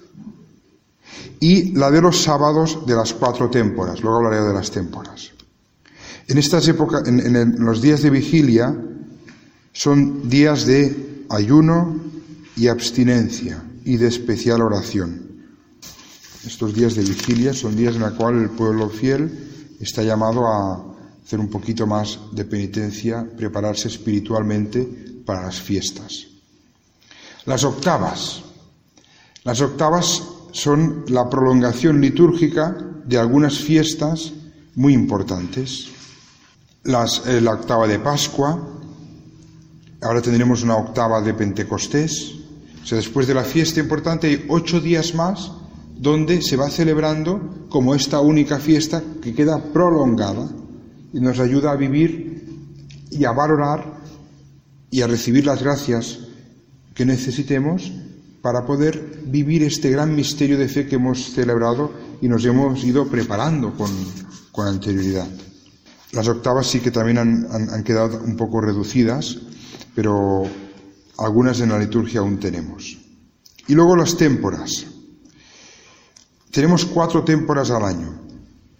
y la de los sábados de las 4 témporas. Luego hablaré de las témporas. En estas épocas, en los días de vigilia, son días de ayuno y abstinencia y de especial oración. Estos días de vigilia son días en los cuales el pueblo fiel está llamado a hacer un poquito más de penitencia, prepararse espiritualmente para las fiestas. Las octavas. Las octavas son la prolongación litúrgica de algunas fiestas muy importantes. La octava de Pascua, ahora tendremos una octava de Pentecostés. O sea, después de la fiesta importante hay 8 días más donde se va celebrando como esta única fiesta que queda prolongada y nos ayuda a vivir y a valorar y a recibir las gracias que necesitemos para poder vivir este gran misterio de fe que hemos celebrado y nos hemos ido preparando con anterioridad. Las octavas sí que también han quedado un poco reducidas, pero algunas en la liturgia aún tenemos. Y luego las témporas. Tenemos 4 témporas al año.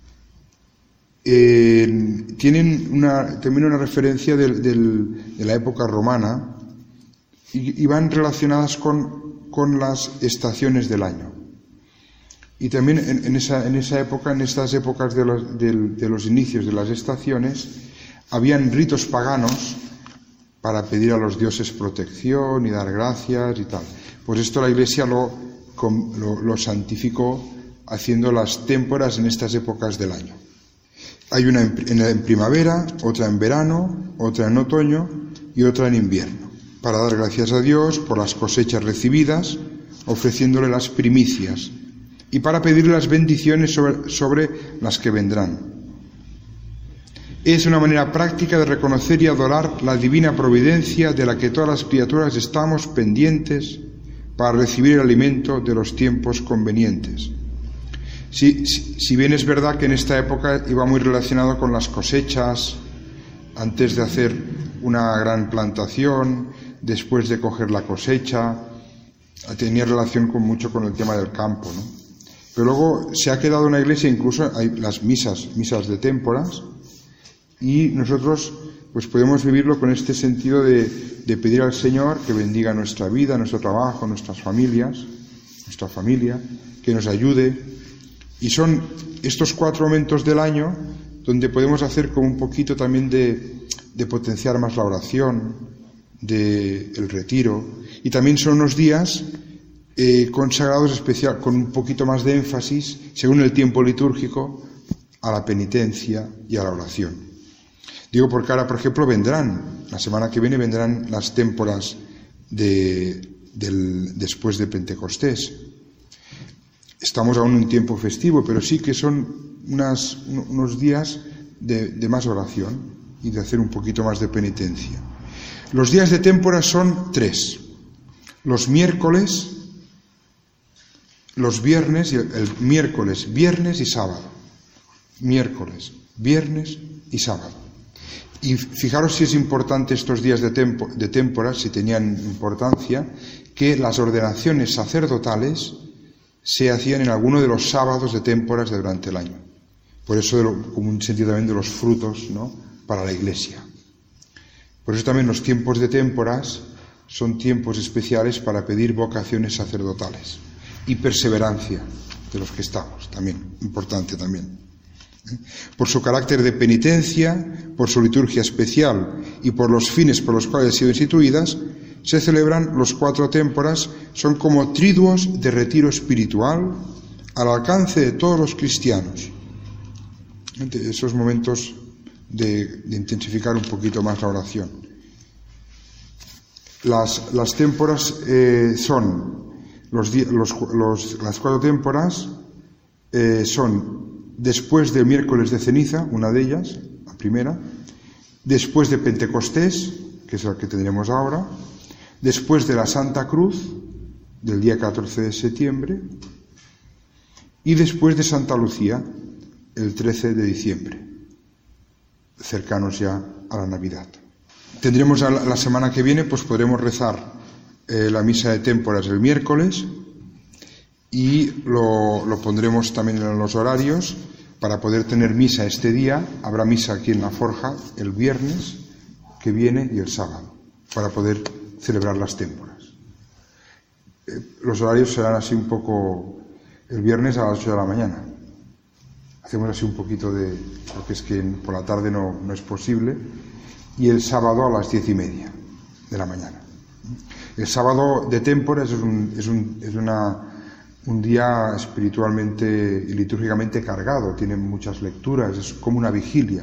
Tienen también una referencia de la época romana y van relacionadas con las estaciones del año. Y también en esa época, en estas épocas de los inicios de las estaciones, habían ritos paganos para pedir a los dioses protección y dar gracias y tal. Pues esto la Iglesia lo santificó haciendo las témporas en estas épocas del año. Hay una en primavera, otra en verano, otra en otoño y otra en invierno, para dar gracias a Dios por las cosechas recibidas, ofreciéndole las primicias, y para pedirle las bendiciones sobre las que vendrán. Es una manera práctica de reconocer y adorar la divina providencia de la que todas las criaturas estamos pendientes para recibir el alimento de los tiempos convenientes. Si bien es verdad que en esta época iba muy relacionado con las cosechas, antes de hacer una gran plantación, después de coger la cosecha, tenía relación mucho con el tema del campo, ¿no? Pero luego se ha quedado en la iglesia, incluso hay las misas de témporas, y nosotros pues podemos vivirlo con este sentido de pedir al Señor que bendiga nuestra vida, nuestro trabajo, nuestras familias, nuestra familia, que nos ayude. Y son estos 4 momentos del año donde podemos hacer como un poquito también de potenciar más la oración, el retiro, y también son unos días consagrados especial, con un poquito más de énfasis, según el tiempo litúrgico, a la penitencia y a la oración. Digo porque ahora, por ejemplo, la semana que viene vendrán las témporas después de Pentecostés. Estamos aún en un tiempo festivo, pero sí que son unos días de más oración y de hacer un poquito más de penitencia. Los días de témporas son 3. Los miércoles, los viernes, el miércoles, viernes y sábado. Miércoles, viernes y sábado. Y fijaros si es importante estos días de témporas, si tenían importancia, que las ordenaciones sacerdotales se hacían en alguno de los sábados de témporas durante el año. Por eso, como un sentido también de los frutos, ¿no?, para la Iglesia. Por eso también los tiempos de témporas son tiempos especiales para pedir vocaciones sacerdotales y perseverancia de los que estamos, también, importante también. Por su carácter de penitencia, por su liturgia especial y por los fines por los cuales han sido instituidas, se celebran los 4 témporas, son como triduos de retiro espiritual al alcance de todos los cristianos. Esos momentos de intensificar un poquito más la oración. Las témporas son, las 4 témporas son después del miércoles de ceniza, una de ellas, la primera, después de Pentecostés, que es la que tendremos ahora, después de la Santa Cruz, del día 14 de septiembre, y después de Santa Lucía, el 13 de diciembre, cercanos ya a la Navidad. Tendremos la semana que viene, pues podremos rezar la misa de témporas el miércoles, y lo pondremos también en los horarios para poder tener misa este día. Habrá misa aquí en la Forja el viernes que viene y el sábado, para poder celebrar las témporas. Los horarios serán así un poco, el viernes a las 8 de la mañana. Hacemos así un poquito porque es que por la tarde no es posible, y el sábado a las 10:30 de la mañana. El sábado de témporas es un día espiritualmente y litúrgicamente cargado, tiene muchas lecturas, es como una vigilia.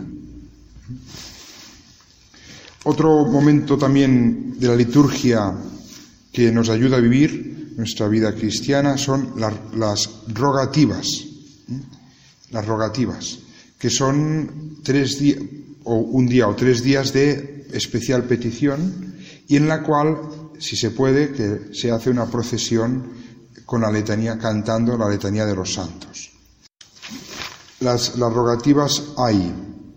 Otro momento también de la liturgia que nos ayuda a vivir nuestra vida cristiana son las rogativas. Las rogativas, que son 3 días, o un día o 3 días de especial petición, y en la cual, si se puede, que se hace una procesión con la letanía, cantando la letanía de los santos. Las rogativas hay,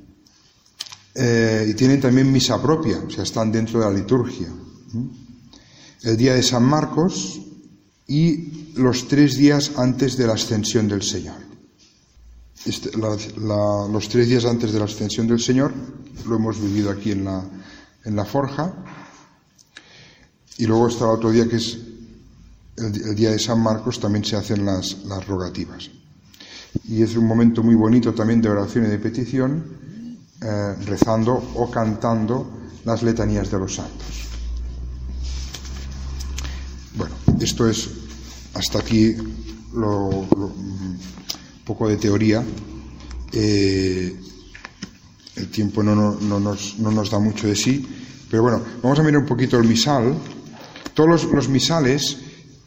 y tienen también misa propia, o sea, están dentro de la liturgia. El día de San Marcos y los 3 días antes de la ascensión del Señor. Los 3 días antes de la ascensión del Señor lo hemos vivido aquí en la Forja, y luego está el otro día que es el día de San Marcos, también se hacen las rogativas. Y es un momento muy bonito también de oración y de petición, rezando o cantando las letanías de los santos. Bueno, esto es hasta aquí un poco de teoría. El tiempo no nos da mucho de sí, pero bueno, vamos a mirar un poquito el misal. Todos los misales,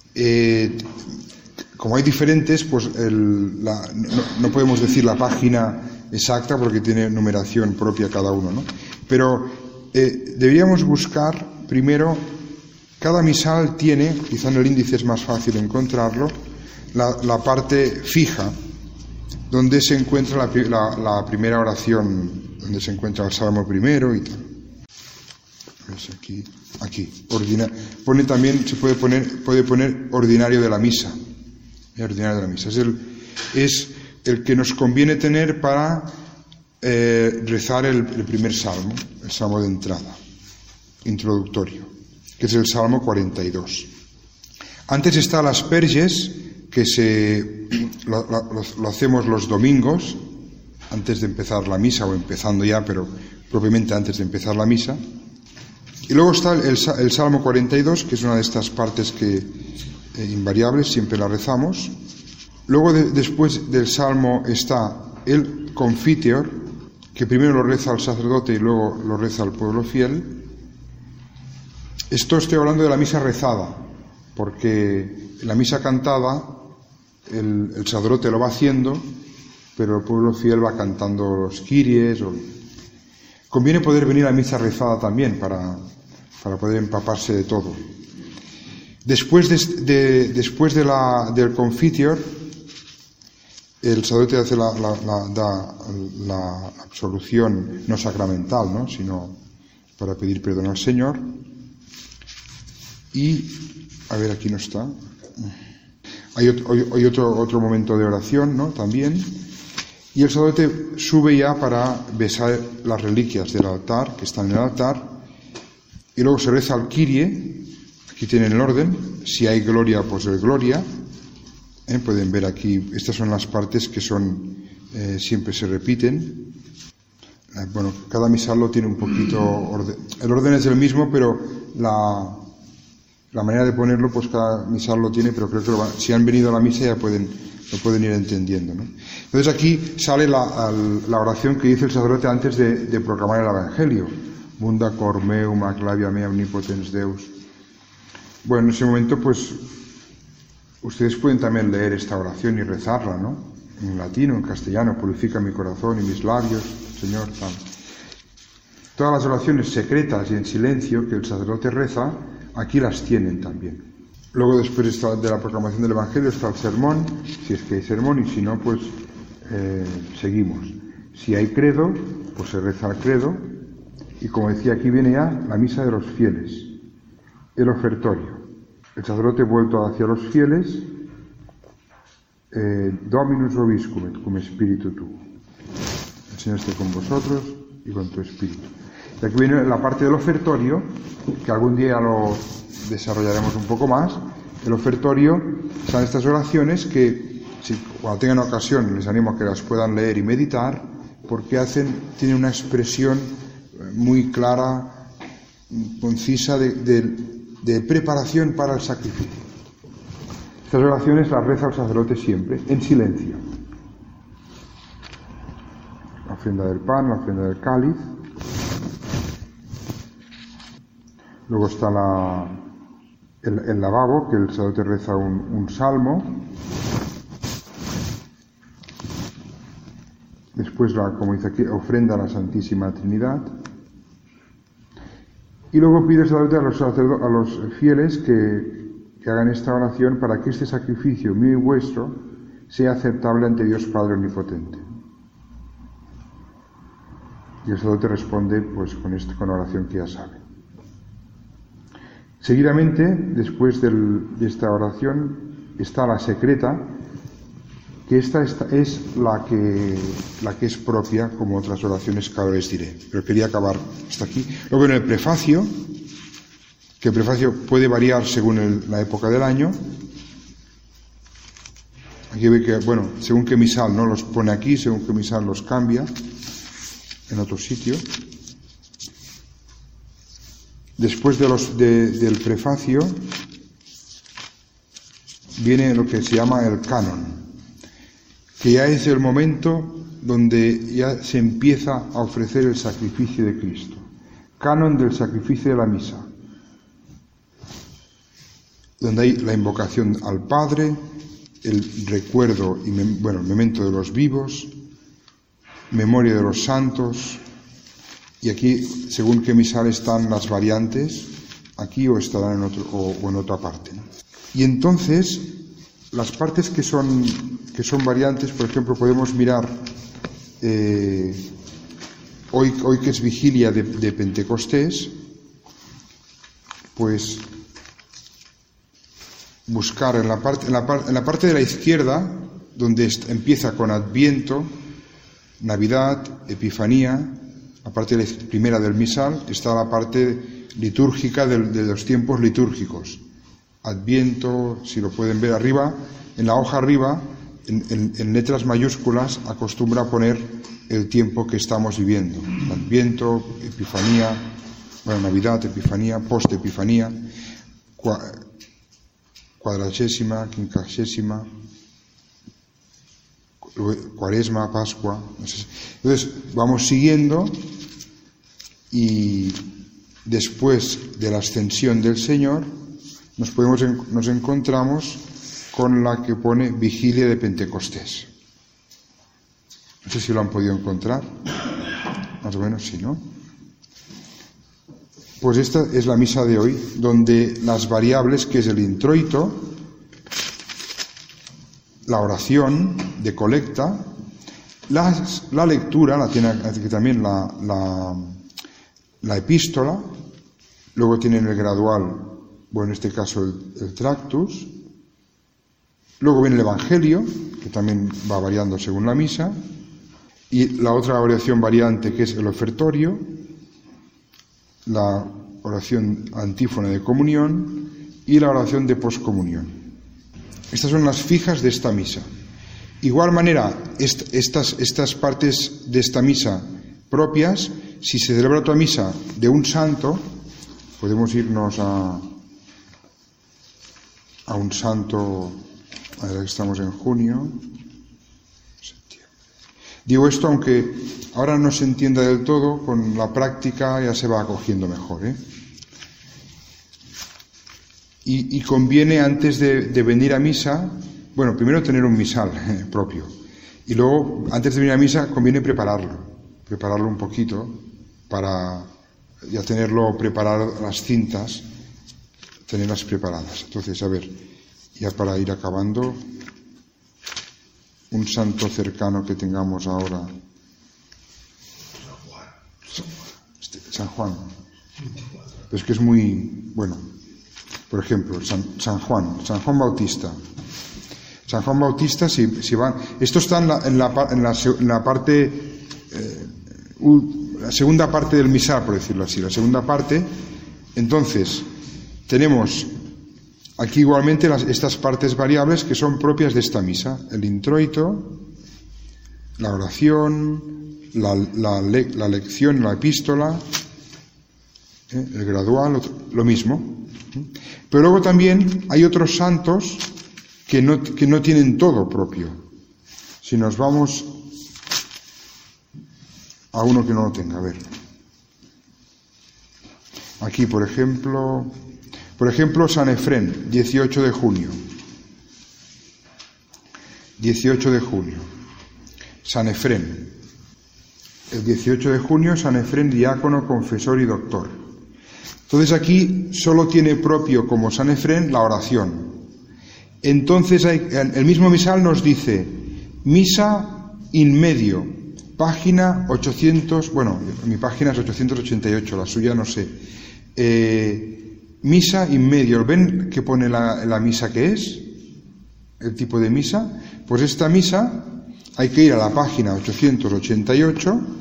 como hay diferentes, pues no podemos decir la página exacta porque tiene numeración propia cada uno, ¿no? Pero deberíamos buscar primero, cada misal tiene, quizá en el índice es más fácil encontrarlo, la parte fija, donde se encuentra la primera oración, donde se encuentra el Salmo primero y tal. ¿ves? Aquí, pone también, puede poner ordinario de la misa. Ordinario de la misa. Es el que nos conviene tener para rezar el primer salmo, el salmo de entrada, introductorio, que es el Salmo 42. Antes está las Asperges, que lo hacemos los domingos, antes de empezar la misa, o empezando ya, pero propiamente antes de empezar la misa. Y luego está el Salmo 42, que es una de estas partes que invariables, siempre la rezamos. Luego, después del Salmo, está el Confiteor, que primero lo reza el sacerdote y luego lo reza el pueblo fiel. Esto estoy hablando de la misa rezada, porque en la misa cantada el sacerdote lo va haciendo, pero el pueblo fiel va cantando los Kyries. Conviene poder venir a la misa rezada también para poder empaparse de todo. Después del Confiteor, el sacerdote hace la absolución no sacramental, ¿no?, sino para pedir perdón al Señor. Y, a ver, aquí no está. Hay otro momento de oración, ¿no?, también. Y el sacerdote sube ya para besar las reliquias del altar, que están en el altar. Y luego se reza el Kyrie. Aquí tienen el orden. Si hay gloria, pues el gloria. Pueden ver aquí, estas son las partes que siempre se repiten. Bueno, cada misal lo tiene un poquito orden. El orden es el mismo, pero la manera de ponerlo, pues cada misal lo tiene, pero creo que si han venido a la misa ya lo pueden ir entendiendo, ¿no? Entonces aquí sale la oración que dice el sacerdote antes de proclamar el Evangelio. Munda cor meum ac labia mea omnipotens Deus. Bueno, en ese momento, pues, ustedes pueden también leer esta oración y rezarla, ¿no?, en latín o en castellano. Purifica mi corazón y mis labios, Señor, tal. Todas las oraciones secretas y en silencio que el sacerdote reza, aquí las tienen también. Luego, después de la proclamación del Evangelio, está el sermón, si es que hay sermón, y si no, pues seguimos. Si hay credo, pues se reza el credo, y como decía, aquí viene ya la misa de los fieles, el ofertorio. El sacerdote vuelto hacia los fieles, Dominus vobiscum et cum spiritu tuo. El Señor esté con vosotros y con tu espíritu. Y aquí viene la parte del ofertorio, que algún día lo desarrollaremos un poco más. El ofertorio son estas oraciones que, cuando tengan ocasión, les animo a que las puedan leer y meditar, porque tienen una expresión muy clara, concisa de preparación para el sacrificio. Estas oraciones las reza el sacerdote siempre, en silencio. La ofrenda del pan, la ofrenda del cáliz. Luego está el lavabo, que el sacerdote reza un salmo. Después, como dice aquí, ofrenda a la Santísima Trinidad. Y luego pide el sacerdote a los fieles que hagan esta oración para que este sacrificio mío y vuestro sea aceptable ante Dios Padre Omnipotente. Y el sacerdote responde pues con la oración que ya sabe. Seguidamente, después de esta oración, está la secreta, que esta es la que es propia, como otras oraciones que ahora les diré. Pero quería acabar hasta aquí. Luego en el prefacio, que el prefacio puede variar según la época del año. Aquí ve que, bueno, según qué misal no los pone aquí, según qué misal los cambia en otro sitio. Después del prefacio viene lo que se llama el canon, que ya es el momento donde ya se empieza a ofrecer el sacrificio de Cristo. Canon del sacrificio de la misa, donde hay la invocación al Padre, el recuerdo y memento de los vivos, memoria de los santos, y aquí, según qué misal están las variantes, aquí o estarán en otra parte, ¿no? Y entonces, las partes que son variantes, por ejemplo, podemos mirar hoy que es vigilia de Pentecostés, pues buscar en la parte de la izquierda, donde empieza con Adviento, Navidad, Epifanía, la parte primera del misal, está la parte litúrgica de los tiempos litúrgicos. Adviento, si lo pueden ver arriba, en la hoja arriba, en letras mayúsculas, acostumbra a poner el tiempo que estamos viviendo. Adviento, Epifanía, Navidad, Epifanía, post-Epifanía, cuadragésima, quincuagésima, Cuaresma, Pascua. No sé. Entonces, vamos siguiendo y después de la ascensión del Señor nos encontramos con la que pone Vigilia de Pentecostés. No sé si lo han podido encontrar. Más o menos sí, ¿no? Pues esta es la misa de hoy, donde las variables, que es el introito, la oración de colecta, la lectura, tiene aquí también la epístola, luego tienen el gradual, en este caso el tractus, luego viene el evangelio, que también va variando según la misa, y la otra oración variante, que es el ofertorio, la oración antífona de comunión y la oración de poscomunión. Estas son las fijas de esta misa. Igual manera, estas partes de esta misa propias, si se celebra otra misa de un santo, podemos irnos a un santo, ahora estamos en junio, septiembre. Digo esto aunque ahora no se entienda del todo, con la práctica ya se va acogiendo mejor, ¿eh? Y conviene, antes de venir a misa, primero tener un misal propio, y luego, antes de venir a misa, conviene prepararlo un poquito, para ya tenerlo preparado, las cintas, tenerlas preparadas. Entonces, a ver, ya para ir acabando, un santo cercano que tengamos ahora. San Juan. Pero es que es muy bueno. Por ejemplo, San Juan Bautista. San Juan Bautista, si van. Esto está en la parte, la segunda parte del misal, por decirlo así, la segunda parte. Entonces, tenemos aquí igualmente estas partes variables que son propias de esta misa: el introito, la oración, la lección, la epístola, el gradual, lo mismo. Pero luego también hay otros santos que no tienen todo propio. Si nos vamos a uno que no lo tenga, a ver. Aquí, por ejemplo, San Efrén, 18 de junio. 18 de junio. San Efrén. El 18 de junio, San Efrén, diácono, confesor y doctor. Entonces aquí solo tiene propio, como San Efrén, la oración. Entonces el mismo misal nos dice: misa in medio, página 800, mi página es 888, la suya no sé. Misa in medio, ¿ven que pone la misa que es? El tipo de misa. Pues esta misa hay que ir a la página 888.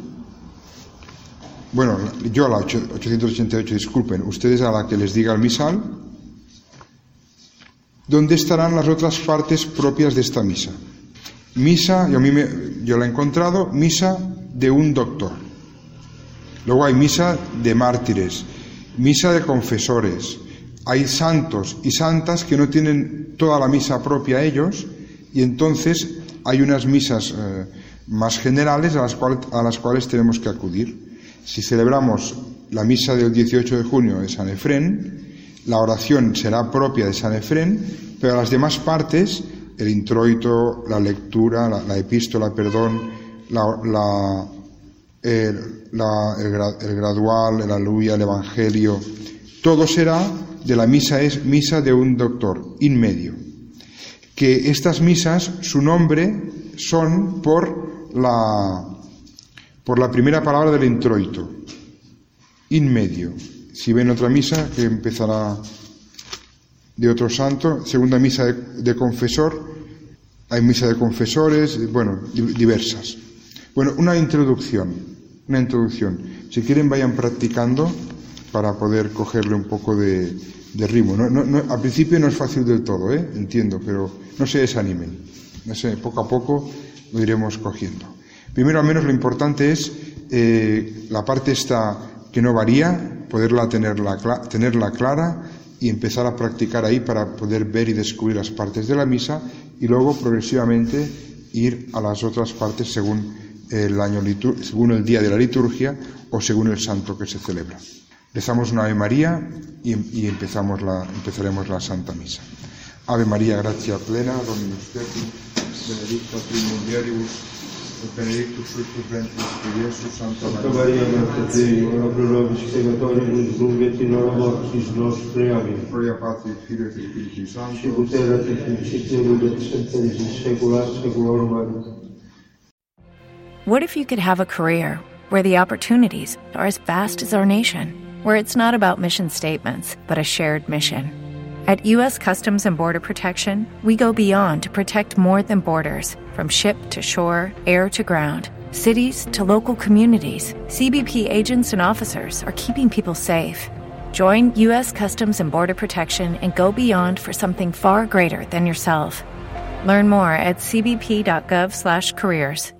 Yo a la 888, disculpen, ustedes a la que les diga el misal, donde estarán las otras partes propias de esta misa. Misa, yo la he encontrado, misa de un doctor. Luego hay misa de mártires, misa de confesores. Hay santos y santas que no tienen toda la misa propia ellos, y entonces hay unas misas más generales a las cuales tenemos que acudir. Si celebramos la misa del 18 de junio de San Efrén, la oración será propia de San Efrén, pero las demás partes, el introito, la lectura, la epístola, el gradual, el aleluya, el evangelio, todo será de la misa, es misa de un doctor, in medio. Que estas misas, su nombre son por la primera palabra del introito, in medio. Si ven otra misa que empezará de otro santo, segunda misa de confesor, hay misa de confesores, bueno, diversas. Bueno, una introducción. Si quieren vayan practicando para poder cogerle un poco de ritmo. Al principio no es fácil del todo, entiendo, pero no se desanimen. No sé, poco a poco lo iremos cogiendo. Primero, al menos, lo importante es la parte esta que no varía, poderla tenerla clara y empezar a practicar ahí para poder ver y descubrir las partes de la misa y luego progresivamente ir a las otras partes según según el día de la liturgia o según el santo que se celebra. Rezamos una Ave María y empezaremos la Santa Misa. Ave María, gratia plena, Dominus tecum, benedicta tu in mulieribus, et benedictus fructus ventris tui, Iesus. Santa Maria, Mater Dei, ora pro nobis peccatoribus, nunc et in hora mortis nostre. Amen. Gloria Patri, Filio et Spiritus Sancto. Sicut erat et nunc et semper in saecula saeculorum. Amen. What if you could have a career where the opportunities are as vast as our nation, where it's not about mission statements, but a shared mission? At U.S. Customs and Border Protection, we go beyond to protect more than borders. From ship to shore, air to ground, cities to local communities, CBP agents and officers are keeping people safe. Join U.S. Customs and Border Protection and go beyond for something far greater than yourself. Learn more at cbp.gov/careers.